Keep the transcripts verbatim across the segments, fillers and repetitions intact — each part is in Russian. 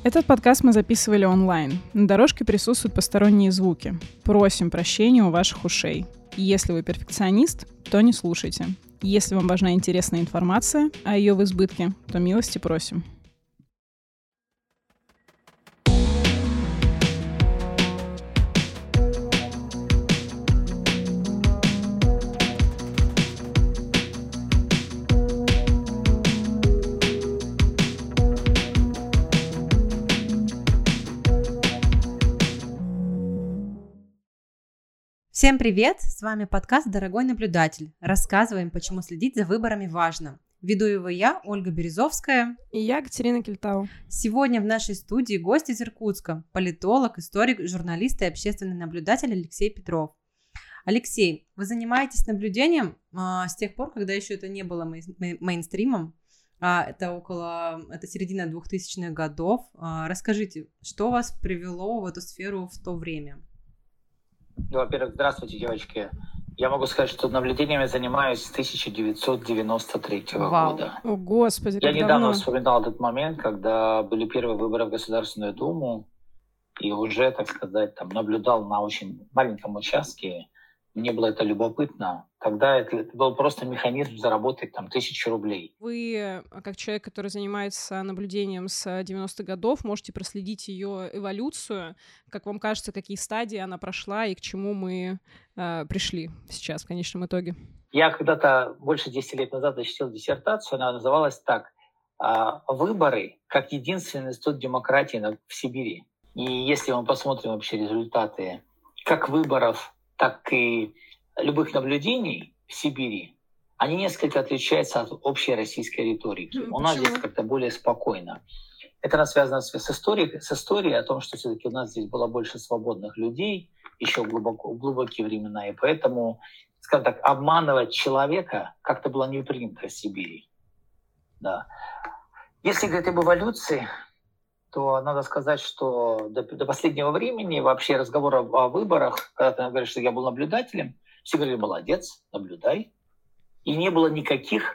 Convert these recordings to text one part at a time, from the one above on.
Этот подкаст мы записывали онлайн. На дорожке присутствуют посторонние звуки. Просим прощения у ваших ушей. И если вы перфекционист, то не слушайте. Если вам важна интересная информация, а ее в избытке, то милости просим. Всем привет! С вами подкаст «Дорогой наблюдатель». Рассказываем, почему следить за выборами важно. Веду его я, Ольга Березовская. И я, Катерина Кельтау. Сегодня в нашей студии гость из Иркутска, политолог, историк, журналист и общественный наблюдатель Алексей Петров. Алексей, вы занимаетесь наблюдением а, с тех пор, когда еще это не было мей- мейнстримом. А, это около, это середина двухтысячных годов. А, расскажите, что вас привело в эту сферу в то время? Ну, во-первых, здравствуйте, девочки. Я могу сказать, что наблюдениями занимаюсь с тысяча девятьсот девяносто третьего Вау. года. О, Господи, Я как недавно давно. вспоминал этот момент, когда были первые выборы в Государственную Думу, и уже, так сказать, там наблюдал на очень маленьком участке. Мне было это любопытно. Тогда это, это был просто механизм заработать там тысячу рублей. Вы, как человек, который занимается наблюдением с девяностых годов, можете проследить ее эволюцию. Как вам кажется, какие стадии она прошла и к чему мы э, пришли сейчас в конечном итоге? Я когда-то больше десяти лет назад защитил диссертацию, она называлась так: «Выборы как единственный институт демократии в Сибири». И если мы посмотрим вообще результаты как выборов, так и любых наблюдений в Сибири, они несколько отличаются от общей российской риторики. Mm, у нас почему? здесь как-то более спокойно. Это связано с историей, с историей о том, что все-таки у нас здесь было больше свободных людей еще глубоко, в глубокие времена, и поэтому, скажем так, обманывать человека как-то было не принято в Сибири. Да. Если говорить об эволюции, то надо сказать, что до, до последнего времени вообще разговор о, о выборах, когда ты говоришь, что я был наблюдателем, все говорили: молодец, наблюдай. И не было никаких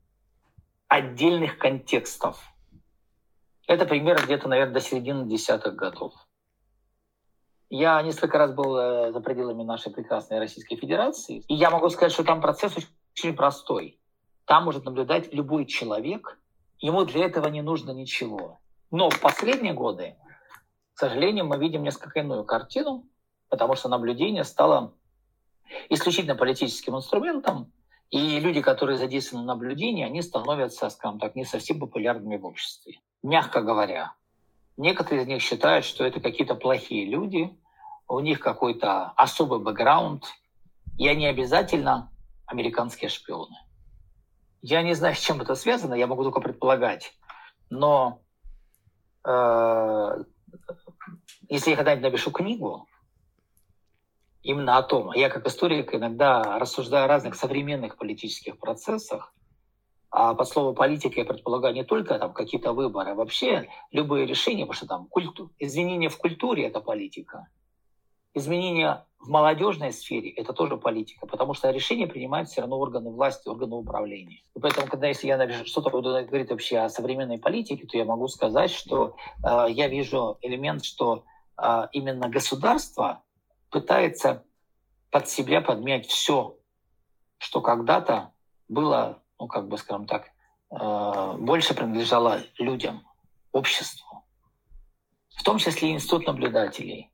отдельных контекстов. Это примерно где-то, наверное, до середины десятых годов. Я несколько раз был за пределами нашей прекрасной Российской Федерации, и я могу сказать, что там процесс очень простой. Там может наблюдать любой человек, ему для этого не нужно ничего. Но в последние годы, к сожалению, мы видим несколько иную картину, потому что наблюдение стало исключительно политическим инструментом, и люди, которые задействованы в наблюдении, они становятся, скажем так, не совсем популярными в обществе. Мягко говоря, некоторые из них считают, что это какие-то плохие люди, у них какой-то особый бэкграунд, и они обязательно американские шпионы. Я не знаю, с чем это связано, я могу только предполагать, но если я когда-нибудь напишу книгу именно о том, я как историк иногда рассуждаю о разных современных политических процессах, а под слово политика я предполагаю не только там какие-то выборы, а вообще любые решения, потому что там культу... изменения в культуре — это политика, изменения в молодежной сфере — это тоже политика, потому что решения принимают все равно органы власти, органы управления. И поэтому, когда если я напишу, что-то буду говорить вообще о современной политике, то я могу сказать, что э, я вижу элемент, что э, именно государство пытается под себя подмять все, что когда-то было, ну как бы скажем так, э, больше принадлежало людям, обществу, в том числе и институт наблюдателей.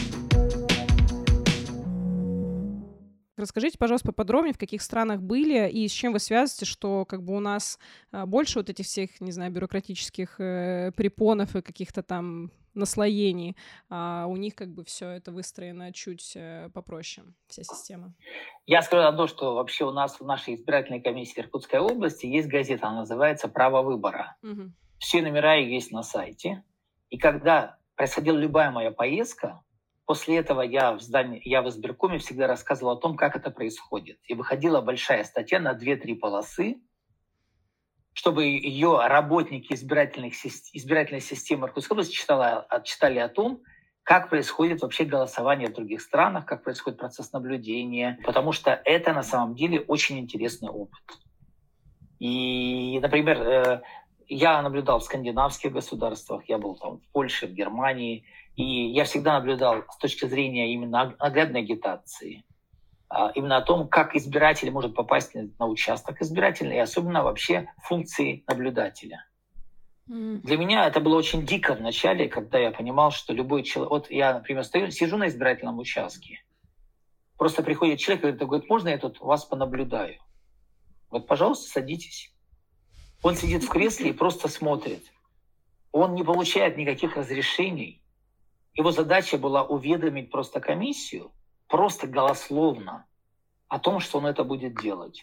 Расскажите, пожалуйста, поподробнее, в каких странах были и с чем вы связываете, что как бы у нас а, больше вот этих всех, не знаю, бюрократических э, препонов и каких-то там наслоений, а у них как бы все это выстроено чуть э, попроще, вся система. Я скажу одно, что вообще у нас в нашей избирательной комиссии Иркутской области есть газета, она называется «Право выбора». Угу. Все номера есть на сайте. И когда происходила любая моя поездка, после этого я в здании, я в избиркоме всегда рассказывал о том, как это происходит. И выходила большая статья на две-три полосы, чтобы ее работники избирательных, избирательной системы Иркутской области читали, читали о том, как происходит вообще голосование в других странах, как происходит процесс наблюдения. Потому что это на самом деле очень интересный опыт. И, например, я наблюдал в скандинавских государствах, я был там в Польше, в Германии, и я всегда наблюдал с точки зрения именно наглядной агитации, именно о том, как избиратель может попасть на участок избирательный, и особенно вообще функции наблюдателя. Mm. Для меня это было очень дико в начале, когда я понимал, что любой человек... Вот я, например, стою, сижу на избирательном участке, просто приходит человек и говорит, можно я тут вас понаблюдаю? Вот, пожалуйста, садитесь. Он сидит в кресле и просто смотрит. Он не получает никаких разрешений. Его задача была уведомить просто комиссию, просто голословно, о том, что он это будет делать.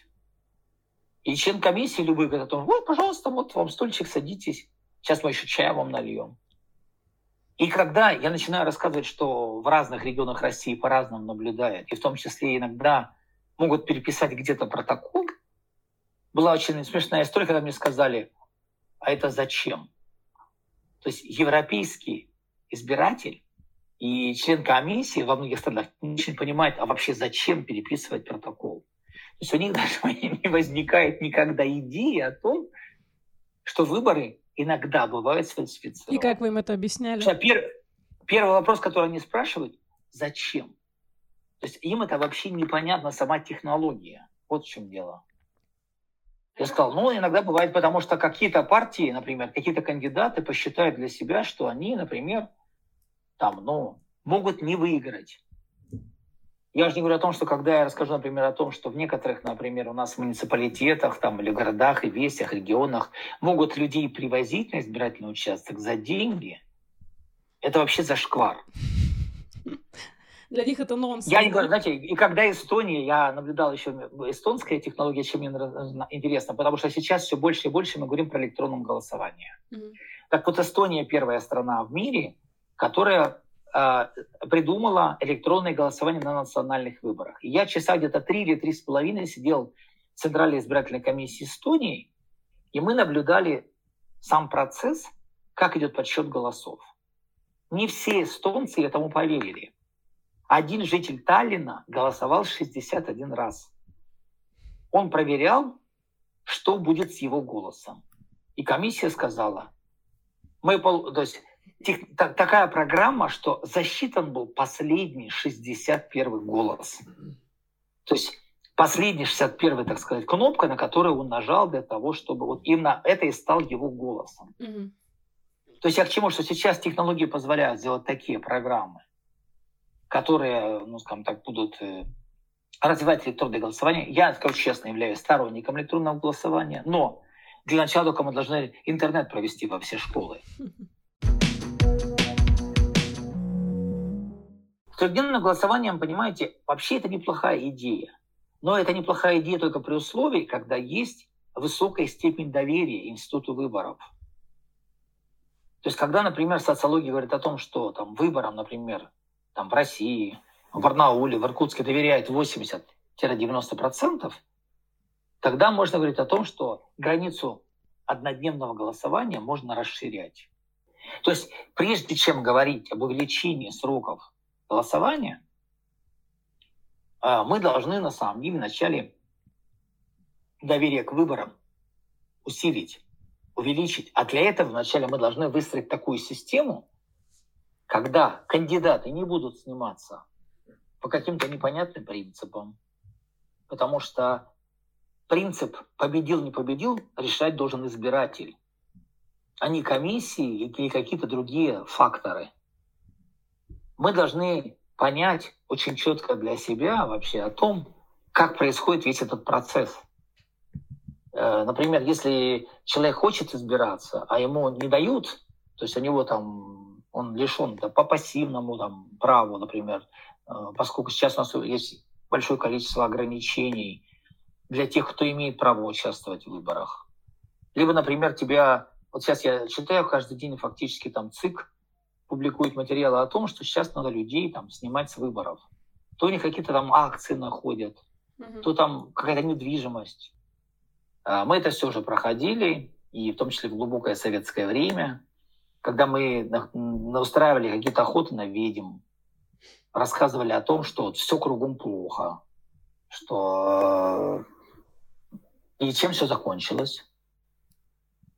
И член комиссии любой говорит о том, вот, пожалуйста, вот вам стульчик, садитесь. Сейчас мы еще чая вам нальем. И когда я начинаю рассказывать, что в разных регионах России по-разному наблюдают, и в том числе иногда могут переписать где-то протокол, была очень смешная история, когда мне сказали, а это зачем? То есть европейский избиратель и член комиссии во многих странах не очень понимает, а вообще зачем переписывать протокол. То есть у них даже не возникает никогда идеи о том, что выборы иногда бывают сфальсифицированы. И как вы им это объясняли? Пер... Первый вопрос, который они спрашивают, зачем? То есть им это вообще непонятна сама технология. Вот в чем дело. Я сказал, ну, иногда бывает, потому что какие-то партии, например, какие-то кандидаты посчитают для себя, что они, например, там, ну, могут не выиграть. Я уже не говорю о том, что когда я расскажу, например, о том, что в некоторых, например, у нас в муниципалитетах там, или городах, и весях, регионах могут людей привозить на избирательный участок за деньги, это вообще зашквар. Для них это нонсенс. Я не говорю, знаете, и когда Эстония, я наблюдал еще эстонская технология, чем мне интересно, потому что сейчас все больше и больше мы говорим про электронное голосование. Mm-hmm. Так вот, Эстония первая страна в мире, которая э, придумала электронное голосование на национальных выборах. И я часа где-то три или три с половиной сидел в Центральной избирательной комиссии Эстонии, и мы наблюдали сам процесс, как идет подсчет голосов. Не все эстонцы этому поверили. Один житель Таллина голосовал шестьдесят один раз. Он проверял, что будет с его голосом. И комиссия сказала, мы, то есть, тех, так, такая программа, что засчитан был последний шестьдесят первый голос. То есть последний шестьдесят первый, так сказать, кнопка, на которую он нажал для того, чтобы вот именно это и стал его голосом. Mm-hmm. То есть я к чему, что сейчас технологии позволяют сделать такие программы, которые, ну, скажем так, будут э, развивать электронное голосование. Я, скажу честно, являюсь сторонником электронного голосования, но для начала только мы должны интернет провести во все школы. С трехдневным голосованием, понимаете, вообще это неплохая идея. Но это неплохая идея только при условии, когда есть высокая степень доверия институту выборов. То есть когда, например, социология говорит о том, что там, выборам, например, там, в России, в Барнауле, в Иркутске доверяют восемьдесят-девяносто процентов, тогда можно говорить о том, что границу однодневного голосования можно расширять. То есть прежде чем говорить об увеличении сроков голосования, мы должны на самом деле вначале доверие к выборам усилить, увеличить. А для этого вначале мы должны выстроить такую систему, когда кандидаты не будут сниматься по каким-то непонятным принципам, потому что принцип «победил, не победил» решать должен избиратель, а не комиссии или какие-то другие факторы. Мы должны понять очень четко для себя вообще о том, как происходит весь этот процесс. Например, если человек хочет избираться, а ему не дают, то есть у него там, он лишен да, по пассивному там, праву, например, поскольку сейчас у нас есть большое количество ограничений для тех, кто имеет право участвовать в выборах. Либо, например, тебя... Вот сейчас я читаю каждый день фактически там ЦИК публикует материалы о том, что сейчас надо людей там снимать с выборов. То у них какие-то там акции находят, mm-hmm. то там какая-то недвижимость. Мы это все уже проходили, и в том числе в глубокое советское время, когда мы устраивали какие-то охоты на ведьм, рассказывали о том, что вот все кругом плохо, что... И чем все закончилось?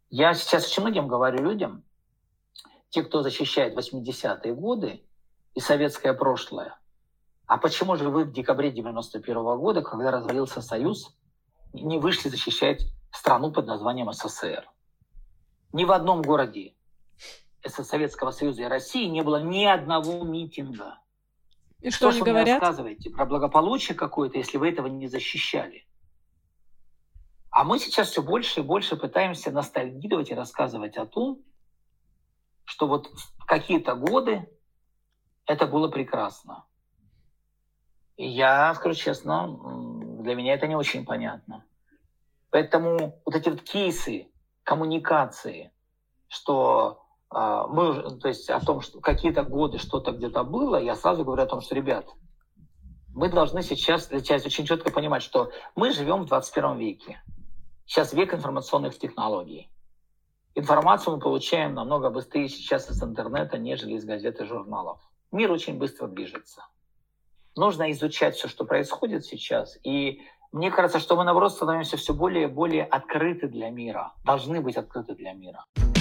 Я сейчас очень многим говорю людям, те, кто защищает восьмидесятые годы и советское прошлое, а почему же вы в декабре девяносто первого года, когда развалился Союз, не вышли защищать страну под названием СССР? Ни в одном городе Советского Союза и России не было ни одного митинга. И что, что они вы говорят? Мне рассказываете про благополучие какое-то, если вы этого не защищали? А мы сейчас все больше и больше пытаемся ностальгировать и рассказывать о том, что вот в какие-то годы это было прекрасно. И я скажу честно, для меня это не очень понятно. Поэтому вот эти вот кейсы коммуникации, что э, мы, то есть о том, что какие-то годы что-то где-то было, я сразу говорю о том, что, ребят, мы должны сейчас, сейчас очень четко понимать, что мы живем в двадцать первом веке. Сейчас век информационных технологий. Информацию мы получаем намного быстрее сейчас из интернета, нежели из газет и журналов. Мир очень быстро движется. Нужно изучать все, что происходит сейчас. И мне кажется, что мы, наоборот, становимся все более и более открыты для мира. Должны быть открыты для мира.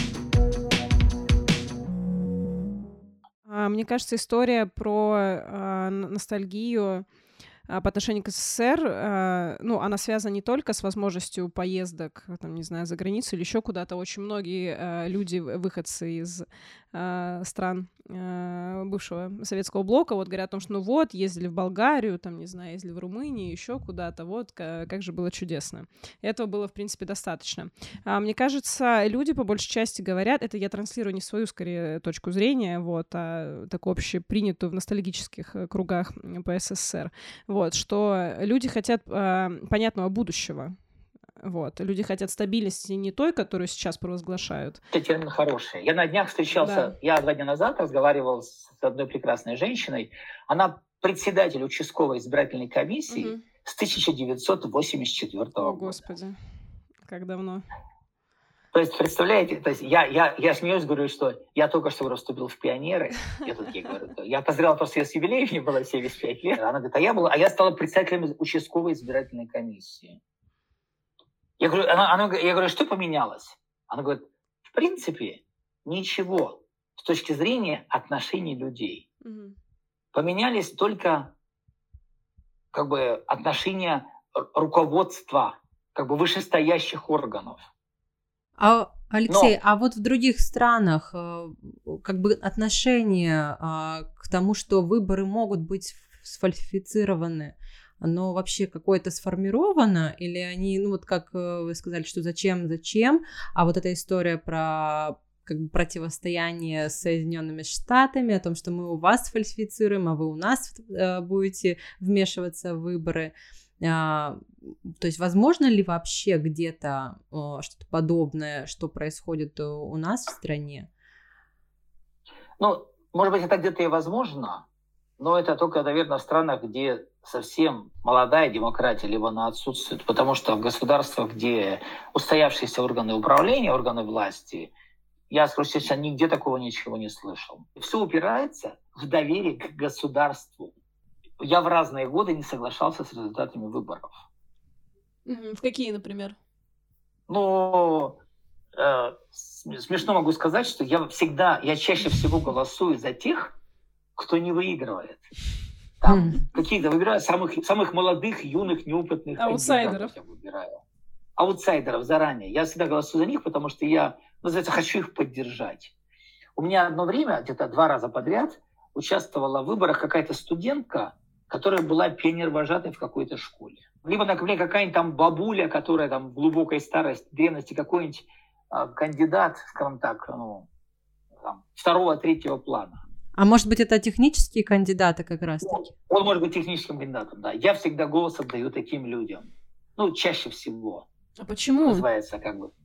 Мне кажется, история про э, ностальгию по отношению к СССР, ну, она связана не только с возможностью поездок, там, не знаю, за границу или еще куда-то. Очень многие люди, выходцы из стран бывшего советского блока, вот говорят о том, что ну вот, ездили в Болгарию, там, не знаю, ездили в Румынию, еще куда-то, вот, как же было чудесно. Этого было, в принципе, достаточно. Мне кажется, люди по большей части говорят, это я транслирую не свою, скорее, точку зрения, вот, а такую общепринятую в ностальгических кругах по СССР, вот, что люди хотят э, понятного будущего. Вот. Люди хотят стабильности не той, которую сейчас провозглашают. Это термин хороший. Я на днях встречался, да. я два дня назад разговаривал с одной прекрасной женщиной. Она председатель участковой избирательной комиссии угу. с тысяча девятьсот восемьдесят четвёртого года. О, Господи, как давно. То есть, представляете, то есть я, я, я смеюсь, говорю, что я только что вступил в пионеры. Я тут ей говорю, я поздравлял просто ее с юбилеем, мне было семьдесят пять лет. Она говорит, а я, была, а я стала председателем участковой избирательной комиссии. Я говорю, она, она, я говорю, что поменялось? Она говорит, в принципе, ничего с точки зрения отношений людей. Угу. Поменялись только как бы, отношения руководства, как бы вышестоящих органов. А, Алексей, Но... а вот в других странах как бы отношение к тому, что выборы могут быть сфальсифицированы, оно вообще какое-то сформировано, или они, ну вот как вы сказали, что зачем, зачем, а вот эта история про как бы противостояние с Соединенными Штатами, о том, что мы у вас фальсифицируем, а вы у нас э, будете вмешиваться в выборы, а, то есть возможно ли вообще где-то э, что-то подобное, что происходит у нас в стране? Ну, может быть, это где-то и возможно, но это только, наверное, в странах, где совсем молодая демократия, либо она отсутствует, потому что в государствах, где устоявшиеся органы управления, органы власти, я, скажу честно, нигде такого ничего не слышал. Все упирается в доверие к государству. Я в разные годы не соглашался с результатами выборов. В какие, например? Ну, э, смешно могу сказать, что я всегда, я чаще всего голосую за тех, кто не выигрывает. Там mm. какие-то выбираю самых, самых молодых, юных, неопытных аутсайдеров. Я выбираю. Аутсайдеров заранее. Я всегда голосую за них, потому что я, называется, хочу их поддержать. У меня одно время, где-то два раза подряд, участвовала в выборах какая-то студентка, которая была пионер-вожатой в какой-то школе. Либо, например, какая-нибудь там бабуля, которая там в глубокой старости, древности, какой-нибудь э, кандидат, скажем так, ну, там, второго-третьего плана. А может быть, это технические кандидаты как раз-таки? Он, он может быть техническим кандидатом, да. Я всегда голос отдаю таким людям. Ну, чаще всего. А почему? Называется как бы...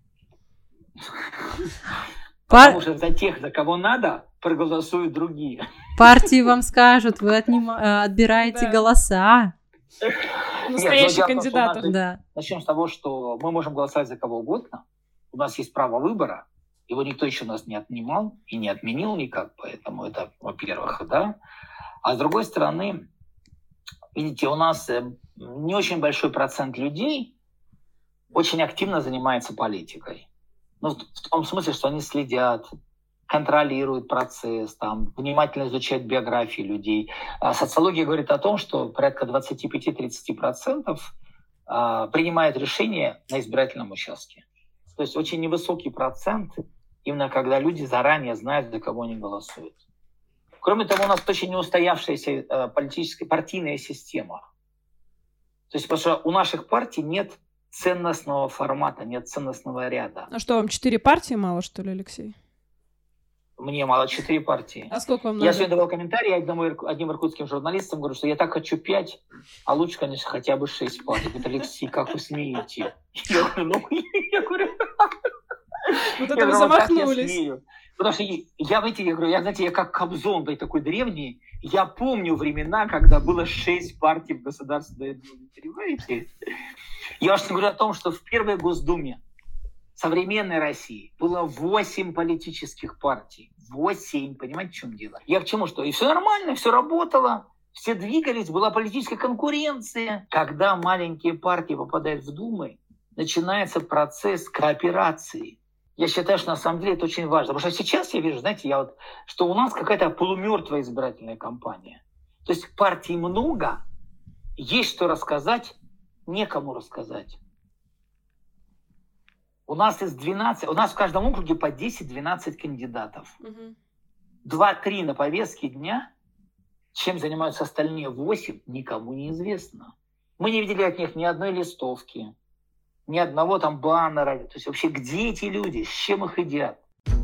Пар... Потому что за тех, за кого надо, проголосуют другие. Партии вам скажут, вы отнима... отбираете да. голоса. Настоящих кандидатов. Да. Начнем с того, что мы можем голосовать за кого угодно. У нас есть право выбора. Его никто еще у нас не отнимал и не отменил никак, поэтому это, во-первых, да. А с другой стороны, видите, у нас не очень большой процент людей очень активно занимается политикой. Ну, в том смысле, что они следят, контролируют процесс, там, внимательно изучают биографии людей. А социология говорит о том, что порядка двадцать пять - тридцать процентов а, принимают решения на избирательном участке. То есть очень невысокий процент, именно когда люди заранее знают, за кого они голосуют. Кроме того, у нас очень неустоявшаяся а, политическая партийная система. То есть, потому что у наших партий нет ценностного формата, нет ценностного ряда. А что, вам четыре партии мало, что ли, Алексей? Мне мало четыре партии. А сколько вам надо? Я сегодня давал комментарий одному, одним иркутским журналистам, говорю, что я так хочу пять, а лучше, конечно, хотя бы шесть партий. Говорит, Алексей, как вы смеете? Я говорю, ну, я говорю... Вот это вы замахнулись. Потому что я, знаете, я говорю, я, знаете, я как Кобзон, такой древний, я помню времена, когда было шесть партий в Государственной Думе, понимаете? Я уж не говорю о том, что в первой Госдуме современной России было восемь политических партий. Восемь, понимаете, в чем дело? Я к чему, что? И все нормально, все работало, все двигались, была политическая конкуренция. Когда маленькие партии попадают в Думы, начинается процесс кооперации. Я считаю, что на самом деле это очень важно. Потому что сейчас я вижу, знаете, я вот, что у нас какая-то полумертвая избирательная кампания. То есть партий много, есть что рассказать, некому рассказать. У нас из двенадцати, у нас в каждом округе по десять-двенадцать кандидатов. Угу. два-три на повестке дня. Чем занимаются остальные восемь, никому не известно. Мы не видели от них ни одной листовки, ни одного там баннера. То есть вообще где эти люди, с чем их едят?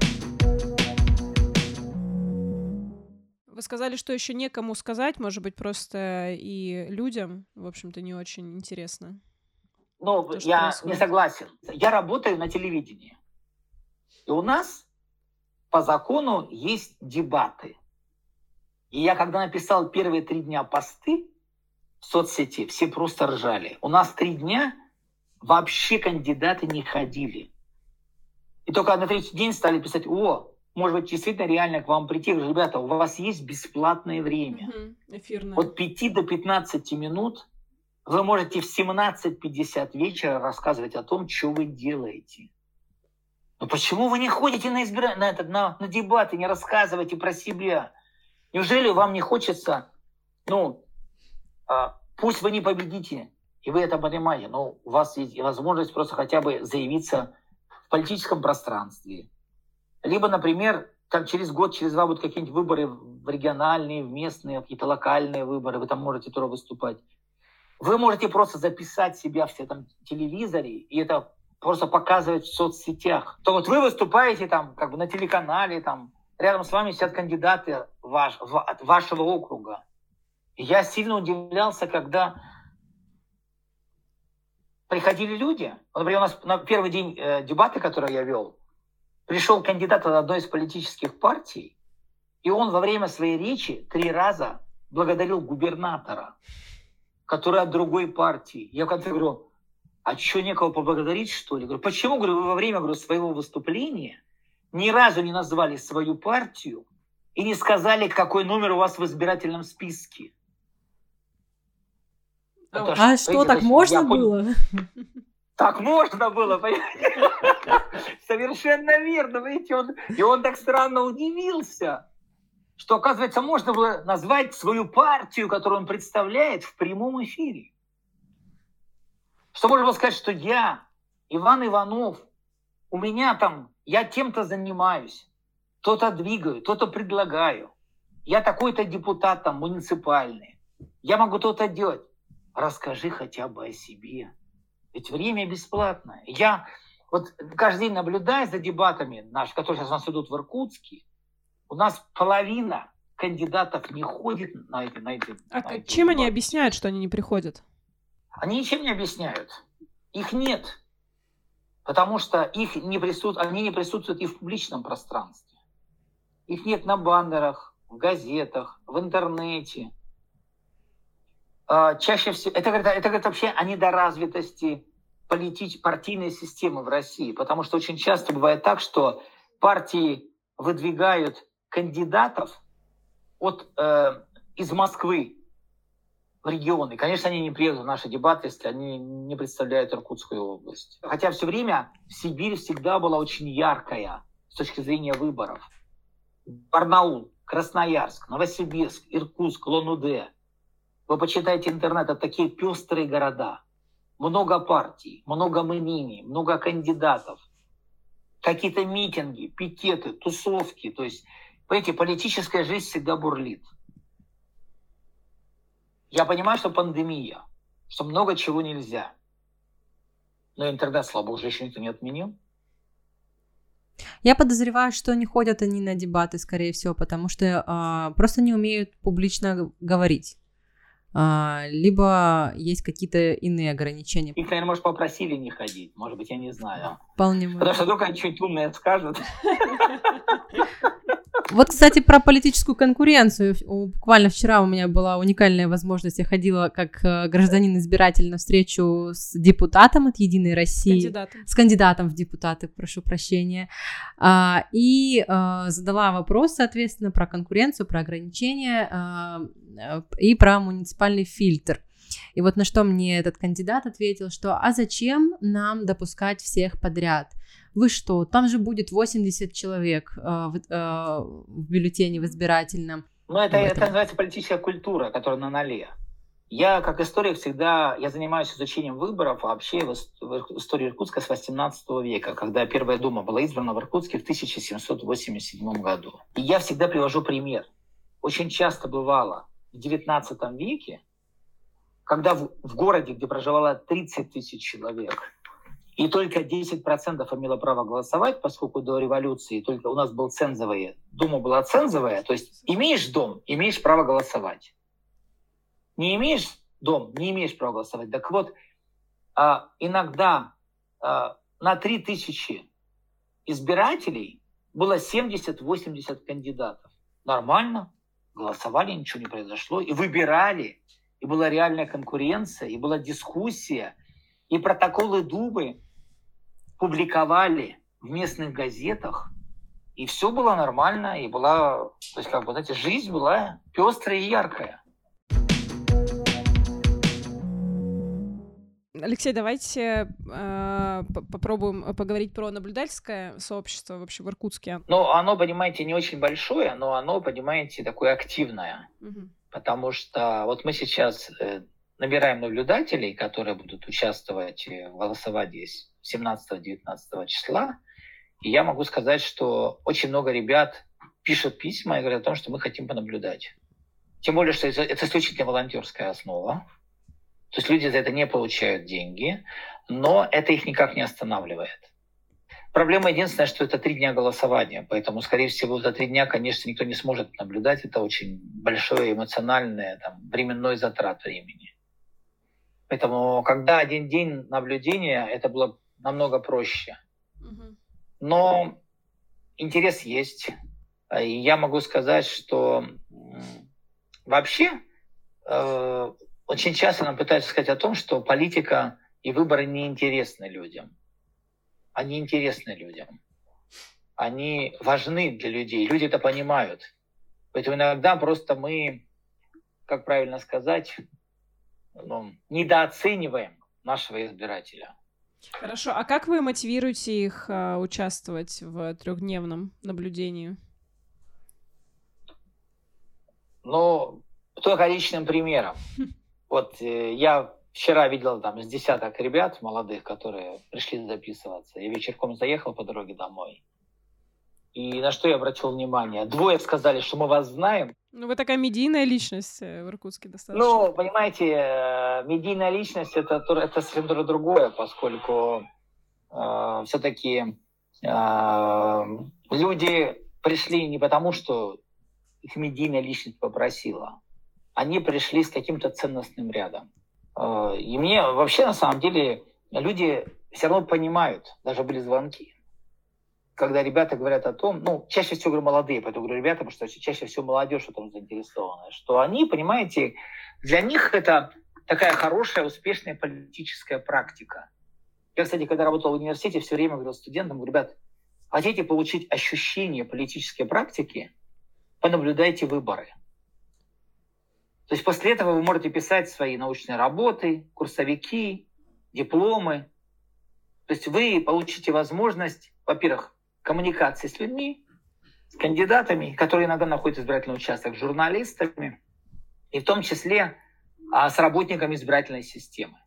Вы сказали, что еще некому сказать, может быть, просто и людям, в общем-то, не очень интересно. Ну, то, я происходит. Не согласен. Я работаю на телевидении. И у нас по закону есть дебаты. И я, когда написал первые три дня посты в соцсети, все просто ржали. У нас три дня вообще кандидаты не ходили. И только на третий день стали писать, о, может быть, действительно реально к вам прийти. Я говорю, ребята, у вас есть бесплатное время. Угу, эфирное. От пяти до пятнадцати минут вы можете в семнадцать пятьдесят вечера рассказывать о том, что вы делаете. Но почему вы не ходите на, избира... на, этот, на, на дебаты, не рассказываете про себя? Неужели вам не хочется, ну, а, пусть вы не победите, и вы это понимаете, но у вас есть возможность просто хотя бы заявиться в политическом пространстве. Либо, например, там через год, через два будут какие-нибудь выборы в региональные, в местные, какие-то локальные выборы, вы там можете тоже выступать. Вы можете просто записать себя в этом телевизоре, и это просто показывать в соцсетях. То вот вы выступаете там как бы на телеканале, там рядом с вами сидят кандидаты ваш, в, от вашего округа. И я сильно удивлялся, когда приходили люди. Например, у нас на первый день э, дебаты, которые я вел, пришел кандидат от одной из политических партий, и он во время своей речи три раза благодарил губернатора, который от другой партии. Я в конце говорю, а что, некого поблагодарить, что ли? Говорю, почему, говорю, вы во время говорю, своего выступления ни разу не назвали свою партию и не сказали, какой номер у вас в избирательном списке? Это а что, что так можно было? Так можно было, понимаете? Совершенно верно, видите, он, и он так странно удивился, что, оказывается, можно было назвать свою партию, которую он представляет, в прямом эфире. Что можно было сказать, что я, Иван Иванов, у меня там, я тем-то занимаюсь, то-то двигаю, то-то предлагаю. Я такой-то депутат там муниципальный. Я могу то-то делать. Расскажи хотя бы о себе. Ведь время бесплатное. Я вот каждый день наблюдаю за дебатами нашими, которые сейчас у нас идут в Иркутске. У нас половина кандидатов не ходит на эти, на эти, а на эти чем дебаты. Они объясняют, что они не приходят? Они ничем не объясняют. Их нет. Потому что их не присут... они не присутствуют и в публичном пространстве. Их нет на баннерах, в газетах, в интернете. Чаще всего... Это, это, это говорит вообще о недоразвитости политич... партийной системы в России. Потому что очень часто бывает так, что партии выдвигают кандидатов от, э, из Москвы в регионы. Конечно, они не приедут в наши дебаты, если они не представляют Иркутскую область. Хотя все время Сибирь всегда была очень яркая с точки зрения выборов. Барнаул, Красноярск, Новосибирск, Иркутск, Улан-Удэ. Вы почитайте интернет, это такие пестрые города. Много партий, много мнений, много кандидатов. Какие-то митинги, пикеты, тусовки. То есть, понимаете, политическая жизнь всегда бурлит. Я понимаю, что пандемия, что много чего нельзя. Но интернет, слава богу, же еще никто не отменил. Я подозреваю, что не ходят они на дебаты, скорее всего, потому что а, просто не умеют публично говорить. А, либо есть какие-то иные ограничения. Их, наверное, может, попросили не ходить. Может быть, я не знаю. Вполне Потому что только они что-нибудь умное скажут. Вот, кстати, про политическую конкуренцию. Буквально вчера у меня была уникальная возможность. Я ходила как гражданин-избиратель на встречу с депутатом от «Единой России». Кандидатом. С кандидатом в депутаты, прошу прощения. И задала вопрос, соответственно, про конкуренцию, про ограничения и про муниципальный фильтр. И вот на что мне этот кандидат ответил, что «а зачем нам допускать всех подряд? Вы что, там же будет восемьдесят человек э, в, э, в бюллетене в избирательном». Ну, это, это называется политическая культура, которая на ноле. Я, как историк, всегда, я занимаюсь изучением выборов, а вообще в, в истории Иркутска с восемнадцатого века, когда Первая дума была избрана в Иркутске в тысяча семьсот восемьдесят седьмом году. И я всегда привожу пример. Очень часто бывало в девятнадцатом веке, когда в, в городе, где проживало тридцать тысяч человек, и только десять процентов имело право голосовать, поскольку до революции только у нас был цензовый, дума была цензовая, то есть имеешь дом, имеешь право голосовать. Не имеешь дом, не имеешь права голосовать. Так вот, иногда на три тысячи избирателей было семьдесят-восемьдесят кандидатов. Нормально, голосовали, ничего не произошло, и выбирали, и была реальная конкуренция, и была дискуссия, и протоколы Думы публиковали в местных газетах, и все было нормально, и была, то есть, как бы, знаете, жизнь была пестрая и яркая. Алексей, давайте э, попробуем поговорить про наблюдательское сообщество вообще в Иркутске. Ну, оно, понимаете, не очень большое, но оно, понимаете, такое активное. Угу. Потому что вот мы сейчас э, набираем наблюдателей, которые будут участвовать в голосовании семнадцатого-девятнадцатого числа. И я могу сказать, что очень много ребят пишут письма и говорят о том, что мы хотим понаблюдать. Тем более, что это, это исключительно волонтерская основа. То есть люди за это не получают деньги, но это их никак не останавливает. Проблема единственная, что это три дня голосования, поэтому, скорее всего, за три дня, конечно, никто не сможет наблюдать. Это очень большое эмоциональное, там, временной затрат времени. Поэтому, когда один день наблюдения, это было намного проще. Но интерес есть. И я могу сказать, что вообще э, очень часто нам пытаются сказать о том, что политика и выборы неинтересны людям. Они интересны людям. Они важны для людей. Люди это понимают. Поэтому иногда просто мы, как правильно сказать, ну, недооцениваем нашего избирателя. Хорошо. А как вы мотивируете их а, участвовать в трехдневном наблюдении? Ну, только личным примером. Вот э, я вчера видел там из десяток ребят молодых, которые пришли записываться. Я вечерком заехал по дороге домой. И на что я обратил внимание? Двое сказали, что мы вас знаем. Ну, вы такая медийная личность в Иркутске достаточно. Ну, понимаете, медийная личность это, это совсем другое, поскольку э, все-таки э, люди пришли не потому, что их медийная личность попросила. Они пришли с каким-то ценностным рядом. И мне вообще, на самом деле, люди все равно понимают, даже были звонки, когда ребята говорят о том, ну, чаще всего говорю молодые, поэтому говорю ребята, потому что чаще всего молодежь в этом заинтересована, что они, понимаете, для них это такая хорошая, успешная политическая практика. Я, кстати, когда работал в университете, все время говорил студентам, говорю, ребят, хотите получить ощущение политической практики, понаблюдайте выборы. То есть после этого вы можете писать свои научные работы, курсовики, дипломы. То есть вы получите возможность, во-первых, коммуникации с людьми, с кандидатами, которые иногда находят избирательный участок, с журналистами, и в том числе а, с работниками избирательной системы.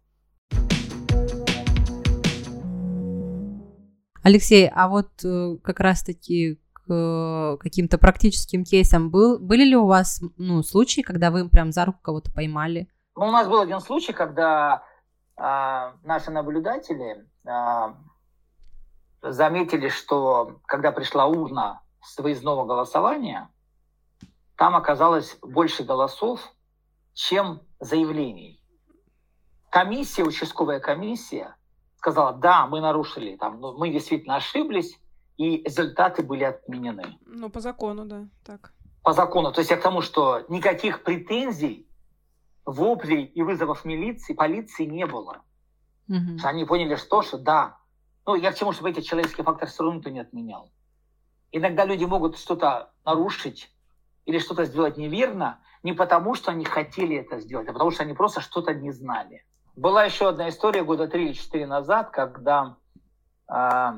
Алексей, а вот как раз-таки к каким-то практическим кейсам был, были ли у вас ну, случаи, когда вы прям за руку кого-то поймали? Ну, у нас был один случай, когда а, наши наблюдатели а, заметили, что когда пришла урна с выездного голосования, там оказалось больше голосов, чем заявлений. Комиссия, участковая комиссия, сказала, да, мы нарушили, там, ну, мы действительно ошиблись, и результаты были отменены. Ну, по закону, да, так. По закону. То есть я к тому, что никаких претензий, воплей и вызовов милиции, полиции не было. Угу. Они поняли, что, что да. Ну, я к чему, чтобы эти человеческий фактор все равно никто не отменял. Иногда люди могут что-то нарушить или что-то сделать неверно, не потому, что они хотели это сделать, а потому, что они просто что-то не знали. Была еще одна история года три или четыре назад, когда э,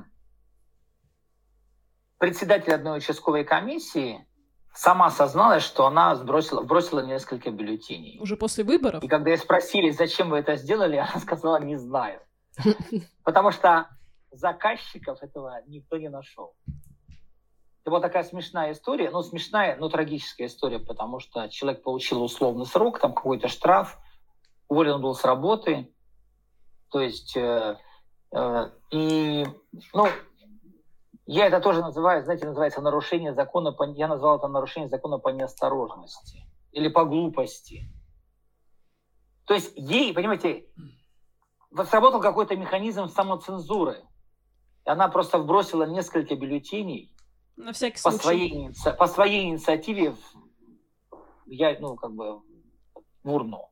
председатель одной участковой комиссии сама созналась, что она сбросила, бросила несколько бюллетеней. Уже после выборов? И когда ее спросили, зачем вы это сделали, она сказала, не знаю. Потому что заказчиков этого никто не нашел. Это была такая смешная история, ну смешная, но трагическая история, потому что человек получил условный срок, там какой-то штраф, уволен был с работы, то есть, э, э, и, ну, я это тоже называю, знаете, называется нарушение закона, по, я назвал это нарушение закона по неосторожности или по глупости. То есть ей, понимаете, вот сработал какой-то механизм самоцензуры, и она просто вбросила несколько бюллетеней на всякий по случай. своей, по своей инициативе в, я, ну, как бы, в урну.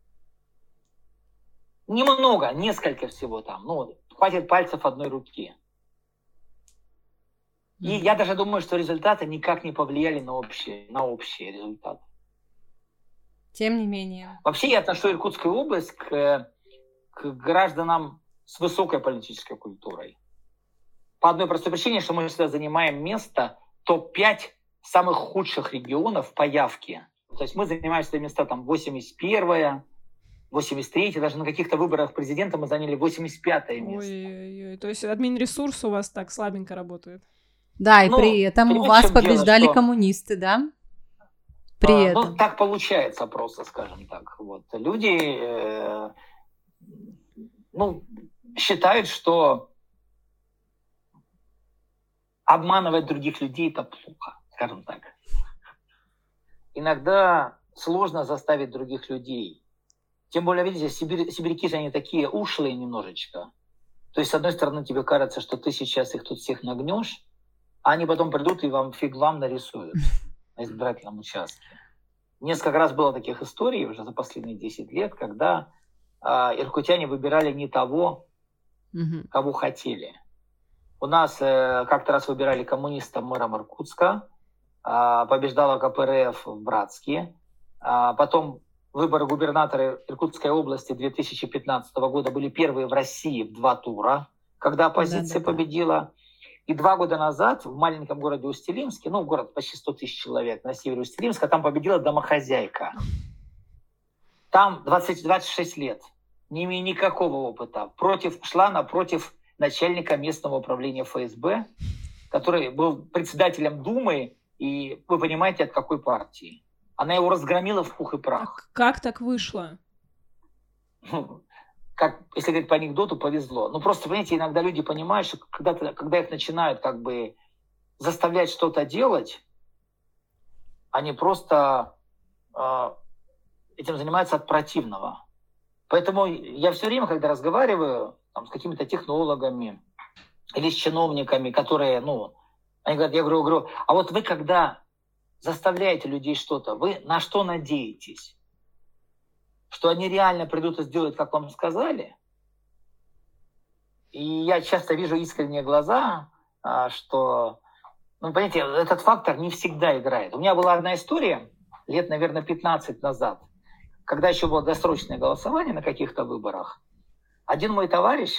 Немного, несколько всего там. Ну, хватит пальцев одной руки. И mm-hmm. я даже думаю, что результаты никак не повлияли на общие, на общие результаты. Тем не менее. Вообще я отношу Иркутскую область к, к гражданам с высокой политической культурой. По одной простой причине, что мы всегда занимаем место топ пять самых худших регионов по явке. То есть мы занимаем свои места там восемьдесят первое, восемьдесят третье, даже на каких-то выборах президента мы заняли восемьдесят пятое место. Ой-ой-ой, то есть админресурс у вас так слабенько работает. Да, и ну, при этом у вас побеждали дело, что... коммунисты, да? При а, этом. Ну, так получается просто, скажем так. Вот. Люди э, ну, считают, что обманывать других людей – это плохо, скажем так. Иногда сложно заставить других людей. Тем более, видите, сибирь, сибиряки же они такие ушлые немножечко. То есть, с одной стороны, тебе кажется, что ты сейчас их тут всех нагнешь, а они потом придут и вам фиг вам нарисуют на избирательном участке. Несколько раз было таких историй уже за последние десять лет, когда э, иркутяне выбирали не того, mm-hmm. кого хотели. У нас э, как-то раз выбирали коммуниста мэром Иркутска, э, побеждала КПРФ в Братске, а потом выборы губернатора Иркутской области две тысячи пятнадцатого года были первые в России в два тура, когда оппозиция Да-да-да. победила. И два года назад в маленьком городе Усть-Илимске, ну, город почти сто тысяч человек на севере Усть-Илимска, там победила домохозяйка. Там двадцать, двадцать шесть лет, не имея никакого опыта, против, шла напротив начальника местного управления эф эс бэ, который был председателем Думы, и вы понимаете, от какой партии. Она его разгромила в пух и прах. А как так вышло? Как, если говорить по анекдоту, повезло. Ну, просто, понимаете, иногда люди понимают, что когда, когда их начинают как бы заставлять что-то делать, они просто э, этим занимаются от противного. Поэтому я все время, когда разговариваю там, с какими-то технологами или с чиновниками, которые, ну, они говорят, я говорю, говорю, а вот вы когда заставляете людей что-то, вы на что надеетесь? Что они реально придут и сделают, как вам сказали. И я часто вижу искренние глаза, что, ну, понимаете, этот фактор не всегда играет. У меня была одна история лет, наверное, пятнадцать назад. когда еще было досрочное голосование на каких-то выборах, один мой товарищ,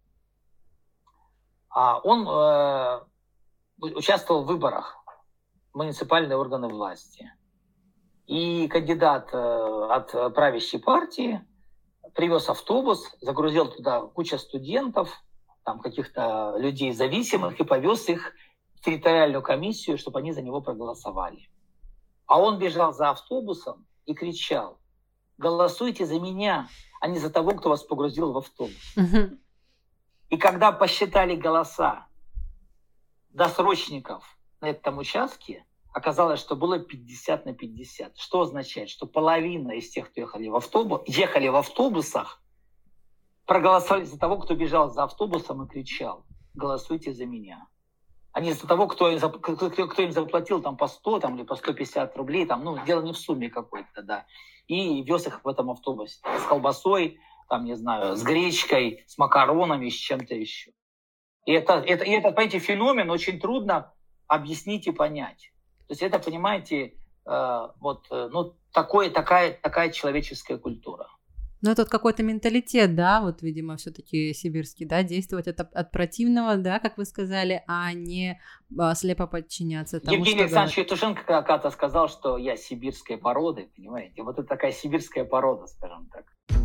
он э, участвовал в выборах в муниципальные органы власти. И кандидат э, от правящей партии привез автобус, загрузил туда кучу студентов, там каких-то людей зависимых, и повез их в территориальную комиссию, чтобы они за него проголосовали. А он бежал за автобусом и кричал: голосуйте за меня, а не за того, кто вас погрузил в автобус. Uh-huh. И когда посчитали голоса досрочников на этом участке, оказалось, что было пятьдесят на пятьдесят. Что означает? Что половина из тех, кто ехали в, автобус, ехали в автобусах, проголосовали за того, кто бежал за автобусом и кричал: голосуйте за меня. А не за того, кто, кто им заплатил там, по сто там, или по сто пятьдесят рублей. Там, ну, дело не в сумме какой-то, да. И вез их в этом автобусе с колбасой, там, не знаю, с гречкой, с макаронами, с чем-то еще. И это, это, и этот, понимаете, феномен очень трудно объяснить и понять. То есть это, понимаете, э, вот, э, ну, такой, такая, такая человеческая культура. Ну, это вот какой-то менталитет, да, вот, видимо, все-таки сибирский, да, действовать от, от противного, да, как вы сказали, а не а, слепо подчиняться тому, Евгений что Александрович Евтушенко когда-то сказал, что я сибирской породы, понимаете, вот это такая сибирская порода, скажем так.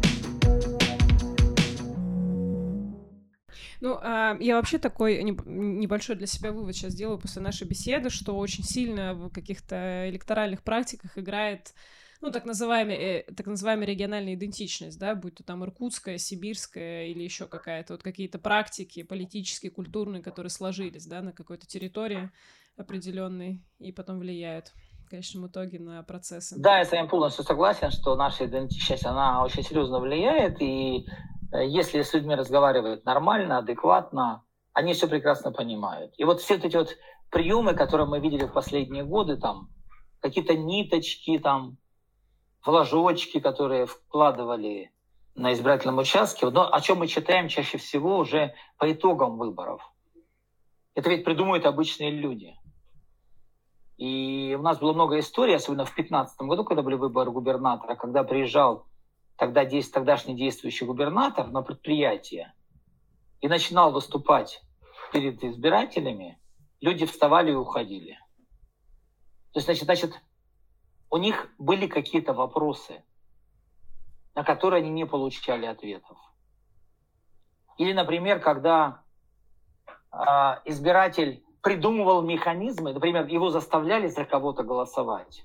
Ну, я вообще такой небольшой для себя вывод сейчас делаю после нашей беседы, что очень сильно в каких-то электоральных практиках играет, ну, так называемая, так называемая региональная идентичность, да, будь то там иркутская, сибирская или еще какая-то, вот какие-то практики политические, культурные, которые сложились, да, на какой-то территории определенной и потом влияют в конечном итоге на процессы. Да, я с вами полностью согласен, что наша идентичность, она очень серьезно влияет, и если с людьми разговаривают нормально, адекватно, они все прекрасно понимают. И вот все эти вот приемы, которые мы видели в последние годы, там какие-то ниточки, там флажочки, которые вкладывали на избирательном участке, но о чем мы читаем чаще всего уже по итогам выборов. Это ведь придумывают обычные люди. И у нас было много историй, особенно в две тысячи пятнадцатом году, когда были выборы губернатора, когда приезжал тогда тогдашний действующий губернатор на предприятие и начинал выступать перед избирателями, люди вставали и уходили. То есть, значит, значит, у них были какие-то вопросы, на которые они не получали ответов. Или, например, когда э, избиратель придумывал механизмы, например, его заставляли за кого-то голосовать,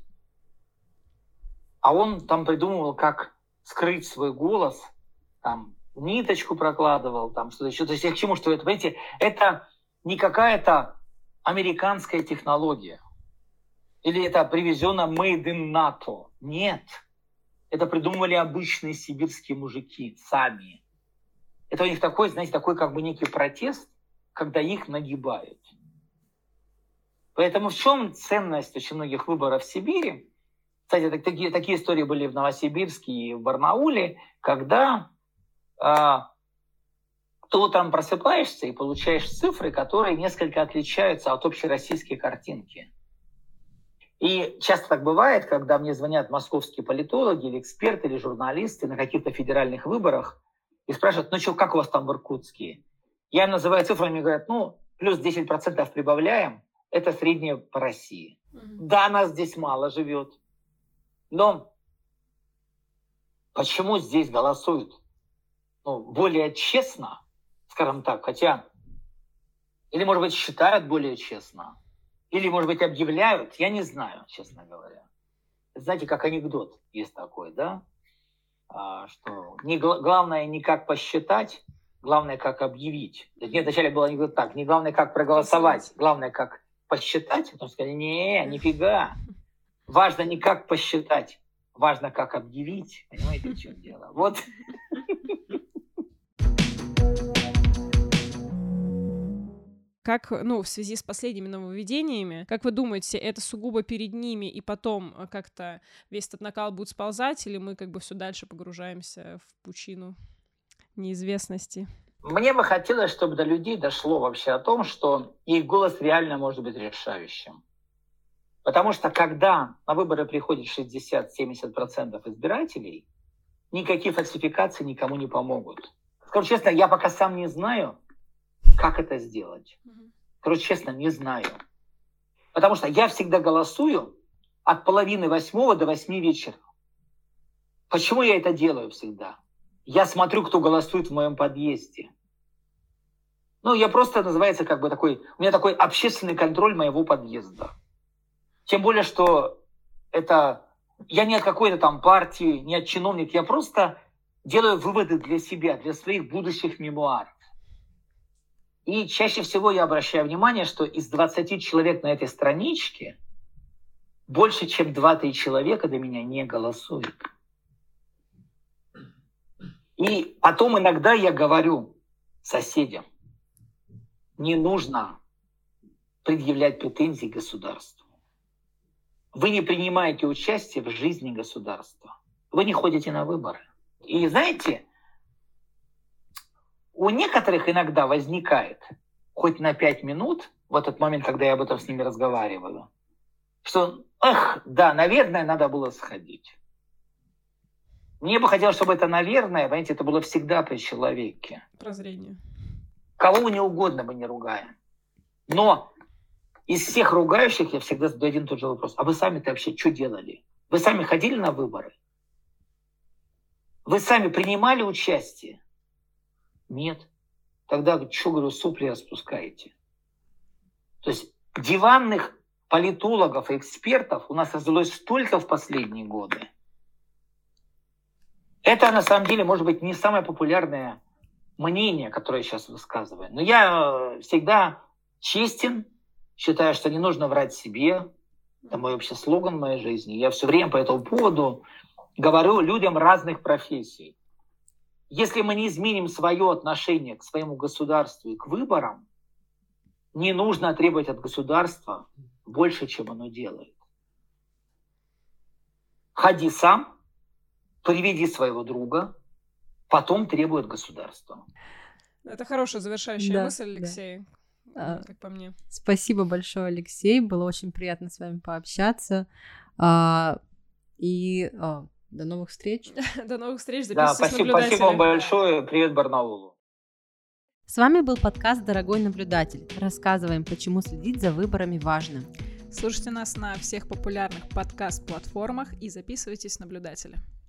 а он там придумывал, как скрыть свой голос, там, ниточку прокладывал, там, что-то еще. То есть я к чему, что это, понимаете, это не какая-то американская технология. Или это привезено made in НАТО. Нет. Это придумывали обычные сибирские мужики сами. Это у них такой, знаете, такой как бы некий протест, когда их нагибают. Поэтому в чем ценность очень многих выборов в Сибири? Кстати, такие, такие истории были в Новосибирске и в Барнауле, когда э, ты утром просыпаешься и получаешь цифры, которые несколько отличаются от общероссийской картинки. И часто так бывает, когда мне звонят московские политологи или эксперты, или журналисты на каких-то федеральных выборах и спрашивают: ну что, как у вас там в Иркутске? Я им называю цифры, они говорят: ну, плюс десять процентов прибавляем, это среднее по России. Mm-hmm. Да, нас здесь мало живет. Но почему здесь голосуют ну, более честно, скажем так, хотя, или, может быть, считают более честно, или, может быть, объявляют, я не знаю, честно говоря. Знаете, как анекдот есть такой, да, а, что не, главное не как посчитать, главное как объявить. Нет, вначале было анекдот так, не главное как проголосовать, главное как посчитать, потом сказали: не, нифига. Важно не как посчитать, важно как объявить. Понимаете, в чем дело? Вот. Как, ну, в связи с последними нововведениями, как вы думаете, это сугубо перед ними, и потом как-то весь этот накал будет сползать, или мы как бы все дальше погружаемся в пучину неизвестности? Мне бы хотелось, чтобы до людей дошло вообще о том, что их голос реально может быть решающим. Потому что когда на выборы приходит шестьдесят-семьдесят процентов избирателей, никакие фальсификации никому не помогут. Скажу честно, я пока сам не знаю, как это сделать. Короче, честно, не знаю. Потому что я всегда голосую от половины восьмого до восьми вечера. Почему я это делаю всегда? Я смотрю, кто голосует в моем подъезде. Ну, я просто, называется, как бы такой... У меня такой общественный контроль моего подъезда. Тем более, что это... Я не от какой-то там партии, не от чиновника. Я просто делаю выводы для себя, для своих будущих мемуаров. И чаще всего я обращаю внимание, что из двадцати человек на этой страничке больше, чем два-три человека до меня не голосуют. И потом иногда я говорю соседям, не нужно предъявлять претензии государству. Вы не принимаете участие в жизни государства. Вы не ходите на выборы. И знаете, у некоторых иногда возникает, хоть на пять минут, в этот момент, когда я об этом с ними разговариваю, что, эх, да, наверное, надо было сходить. Мне бы хотелось, чтобы это, наверное, понимаете, это было всегда при человеке. Прозрение. Кого не угодно мы не ругаем. Но из всех ругающих я всегда задаю один и тот же вопрос. А вы сами-то вообще что делали? Вы сами ходили на выборы? Вы сами принимали участие? Нет. Тогда что, говорю, сопли распускаете? То есть диванных политологов и экспертов у нас развелось столько в последние годы. Это на самом деле может быть не самое популярное мнение, которое я сейчас высказываю. Но я всегда честен, считаю, что не нужно врать себе. Это мой вообще слоган в моей жизни. Я все время по этому поводу говорю людям разных профессий. Если мы не изменим свое отношение к своему государству и к выборам, не нужно требовать от государства больше, чем оно делает. Ходи сам, приведи своего друга, потом требует государства. Это хорошая завершающая да, мысль, Алексей, да. как по мне. Спасибо большое, Алексей. Было очень приятно с вами пообщаться. А, и а, до новых встреч. До новых встреч. Да, спасибо, спасибо вам большое. Привет Барнаулу. С вами был подкаст «Дорогой наблюдатель». Рассказываем, почему следить за выборами важно. Слушайте нас на всех популярных подкаст-платформах и записывайтесь в наблюдателя.